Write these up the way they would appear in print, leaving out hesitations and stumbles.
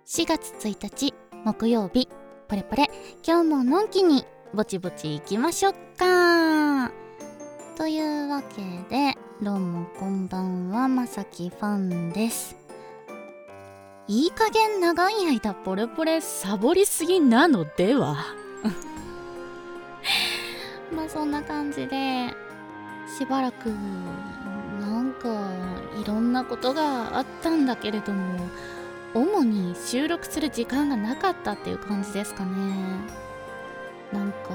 4月1日木曜日、ポレポレ今日ものんきにぼちぼち行きましょうか。というわけで、どうもこんばんは、まさきファンです。いい加減長い間ポレポレサボりすぎなのではまあそんな感じでしばらくなんかいろんなことがあったんだけれども、主に収録する時間がなかったっていう感じですかね。なんか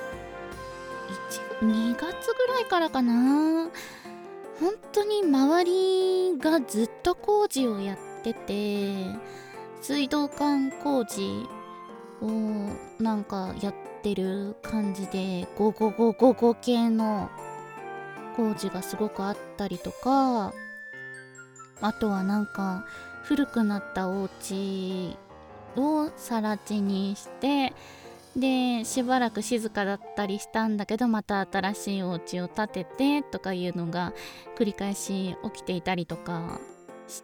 2月ぐらいからかな、本当に周りがずっと工事をやってて、水道管工事をなんかやってる感じで、5系の工事がすごくあったりとか、あとはなんか古くなったお家を更地にして、でしばらく静かだったりしたんだけど、また新しいお家を建ててとかいうのが繰り返し起きていたりとかして、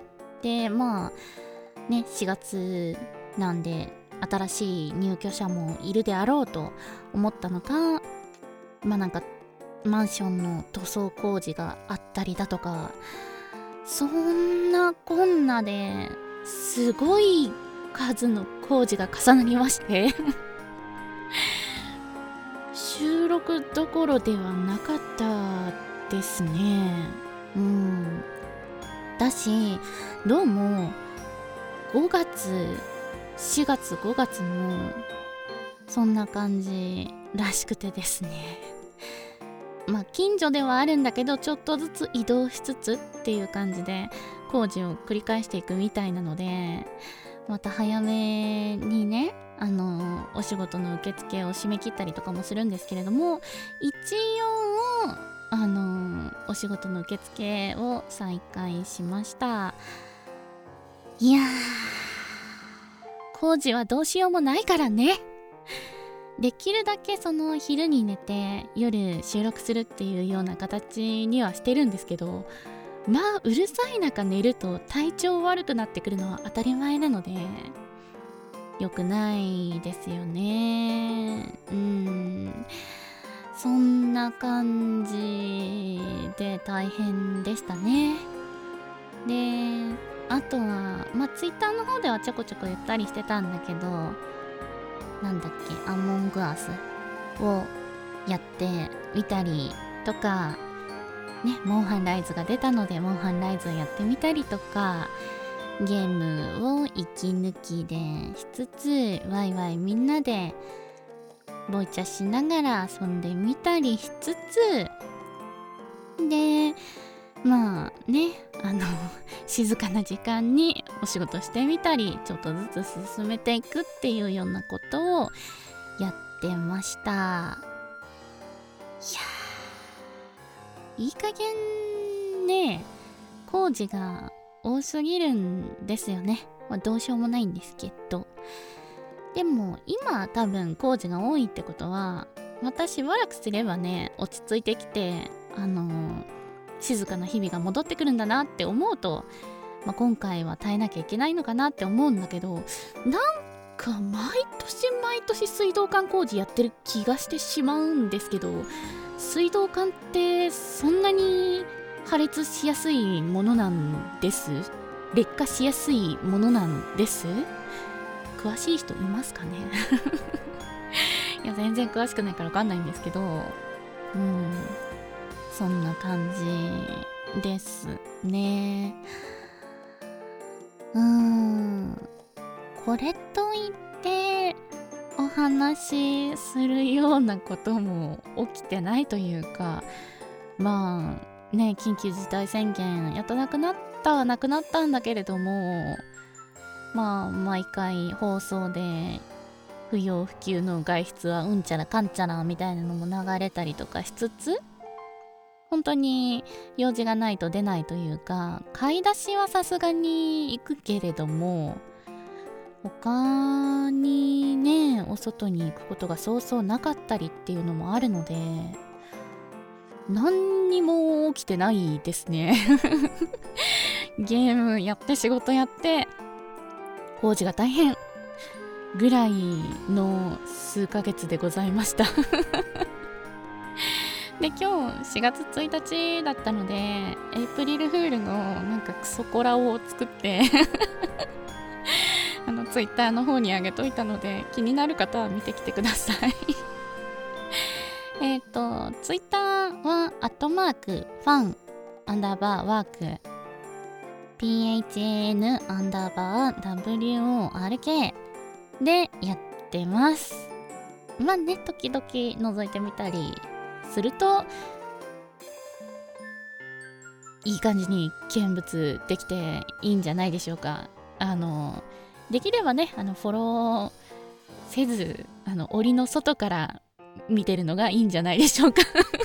でまあね、4月なんで新しい入居者もいるであろうと思ったのか、まあなんかマンションの塗装工事があったりだとか、そんなこんなですごい数の工事が重なりまして収録どころではなかったですね。だし、どうも5月4月5月もそんな感じらしくてですね、まあ近所ではあるんだけど、ちょっとずつ移動しつつっていう感じで工事を繰り返していくみたいなので、また早めにね、お仕事の受付を締め切ったりとかもするんですけれども、一応お仕事の受付を再開しました。いやー、工事はどうしようもないからね。できるだけその昼に寝て夜収録するっていうような形にはしてるんですけど、まあうるさい中寝ると体調悪くなってくるのは当たり前なので良くないですよね。そんな感じで大変でしたね。であとはまあツイッターの方ではちょこちょこ言ったりしてたんだけど、なんだっけ、アンモングアスをやってみたりとかね、モンハンライズが出たのでモンハンライズをやってみたりとか、ゲームを息抜きでしつつワイワイみんなでボイチャしながら遊んでみたりしつつで、まあね、静かな時間にお仕事してみたり、ちょっとずつ進めていくっていうようなことをやってました。いやー、いい加減ね、工事が多すぎるんですよね。まあどうしようもないんですけど、でも今多分工事が多いってことは、またしばらくすればね、落ち着いてきて静かな日々が戻ってくるんだなって思うと、まあ、今回は耐えなきゃいけないのかなって思うんだけど、なんか毎年水道管工事やってる気がしてしまうんですけど、水道管ってそんなに破裂しやすいものなんです？劣化しやすいものなんです？詳しい人いますかねいや全然詳しくないから分かんないんですけど、そんな感じですね。これといってお話しするようなことも起きてないというか、まあね、緊急事態宣言やっとなくなったんだけれども、まあ毎回放送で不要不急の外出はうんちゃらかんちゃらみたいなのも流れたりとかしつつ、本当に用事がないと出ないというか、買い出しはさすがに行くけれども、他にね、お外に行くことがそうそうなかったりっていうのもあるので、何にも起きてないですねゲームやって仕事やって工事が大変ぐらいの数ヶ月でございましたで今日4月1日だったのでエイプリルフールのなんかクソコラを作ってツイッターの方に上げといたので気になる方は見てきてくださいツイッターはファンワーク PHAN_WORK でやってます。まあね、時々覗いてみたりするといい感じに見物できていいんじゃないでしょうか。できればねフォローせず檻の外から見てるのがいいんじゃないでしょうか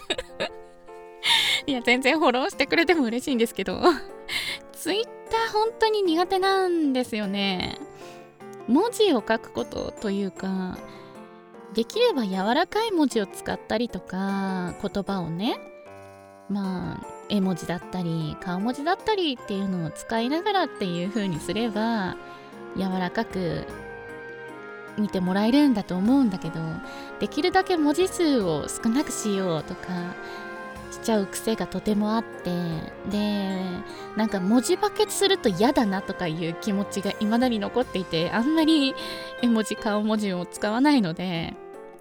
いや全然フォローしてくれても嬉しいんですけどツイッター本当に苦手なんですよね。文字を書くことというかできれば柔らかい文字を使ったりとか言葉をねまあ絵文字だったり顔文字だったりっていうのを使いながらっていう風にすれば柔らかく見てもらえるんだと思うんだけどできるだけ文字数を少なくしようとかしちゃう癖がとてもあってでなんか文字化けすると嫌だなとかいう気持ちが未だに残っていてあんまり絵文字顔文字を使わないので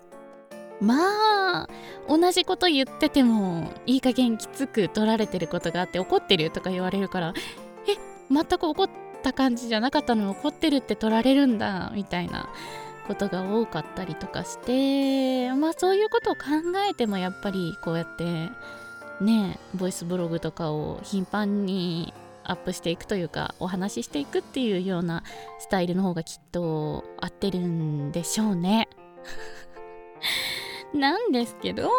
まあ同じこと言っててもいい加減きつく取られてることがあって怒ってるとか言われるから全く怒った感じじゃなかったのに怒ってるって取られるんだみたいなことが多かったりとかしてまあそういうことを考えてもやっぱりこうやってねボイスブログとかを頻繁にアップしていくというかお話ししていくっていうようなスタイルの方がきっと合ってるんでしょうねなんですけど、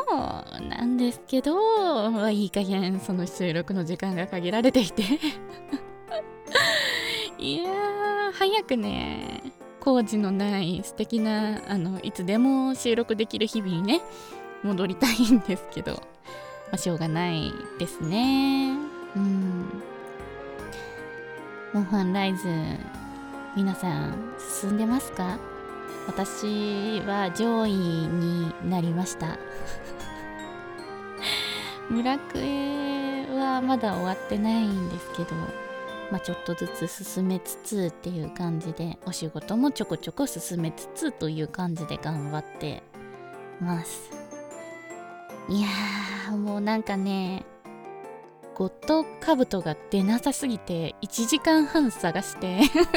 まあ、いい加減その収録の時間が限られていていやー早くね工事のない素敵ないつでも収録できる日々にね戻りたいんですけど、まあ、しょうがないですね。モンハンライズ皆さん進んでますか？私は上位になりました村クエはまだ終わってないんですけどまあちょっとずつ進めつつっていう感じでお仕事もちょこちょこ進めつつという感じで頑張ってます。いやーもうなんかねゴッドカブトが出なさすぎて1時間半探して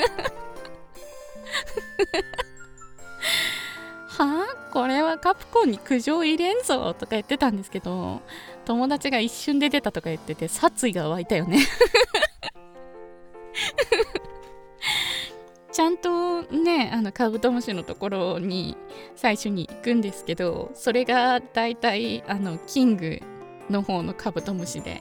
はあこれはカプコンに苦情入れんぞとか言ってたんですけど友達が一瞬で出たとか言ってて殺意が湧いたよねちゃんとねカブトムシのところに最初に行くんですけどそれがだいたいキングの方のカブトムシで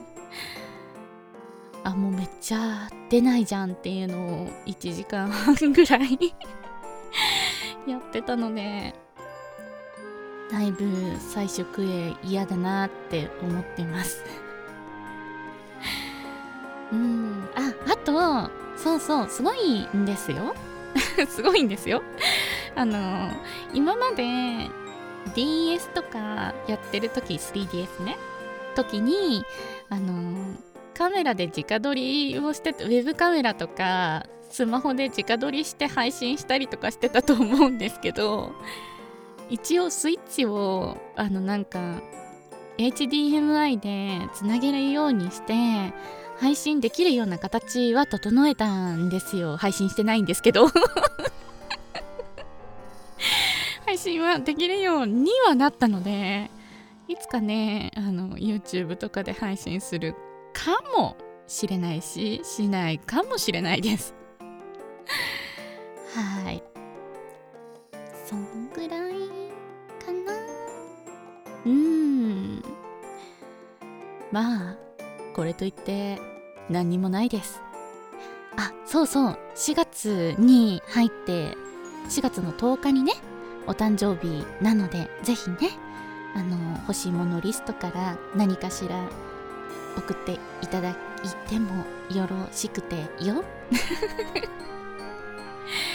もうめっちゃ出ないじゃんっていうのを1時間半ぐらいやってたのでだいぶ最初クエ嫌だなって思ってますあとそうすごいんですよすごいんですよ今まで DS とかやってる時 3DS ね時にカメラで直撮りをしてウェブカメラとかスマホで直撮りして配信したりとかしてたと思うんですけど一応スイッチをなんか HDMI でつなげるようにして配信できるような形は整えたんですよ。配信してないんですけど配信はできるようにはなったのでいつかねYouTube とかで配信するかもしれないししないかもしれないですはいそんぐらいかな。まあこれといって何にもないです。そう4月に入って4月の10日にねお誕生日なのでぜひね欲しいものリストから何かしら送っていただいてもよろしくてよ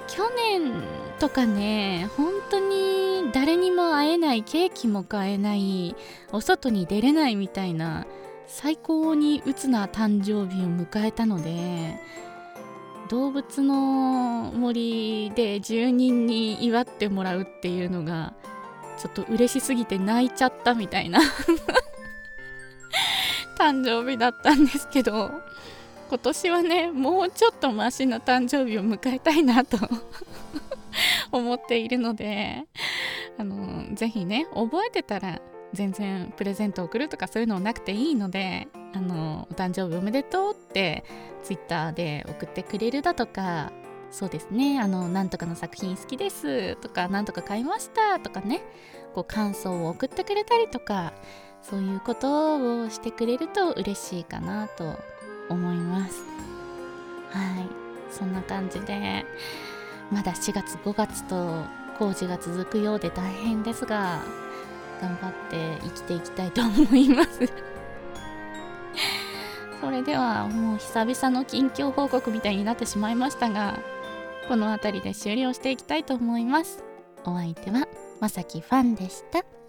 去年とかね、本当に誰にも会えない、ケーキも買えない、お外に出れないみたいな最高に鬱な誕生日を迎えたので、動物の森で住人に祝ってもらうっていうのがちょっと嬉しすぎて泣いちゃったみたいな誕生日だったんですけど、今年はね、もうちょっとマシな誕生日を迎えたいなと思っているので、ぜひね、覚えてたら全然プレゼントを送るとかそういうのなくていいので、お誕生日おめでとうってツイッターで送ってくれるだとか、そうですね、なんとかの作品好きですとか、なんとか買いましたとかね、こう感想を送ってくれたりとか、そういうことをしてくれると嬉しいかなと思います。はい、そんな感じで、まだ4月5月と工事が続くようで大変ですが、頑張って生きていきたいと思いますそれではもう久々の近況報告みたいになってしまいましたが、この辺りで終了していきたいと思います。お相手はまさきファンでした。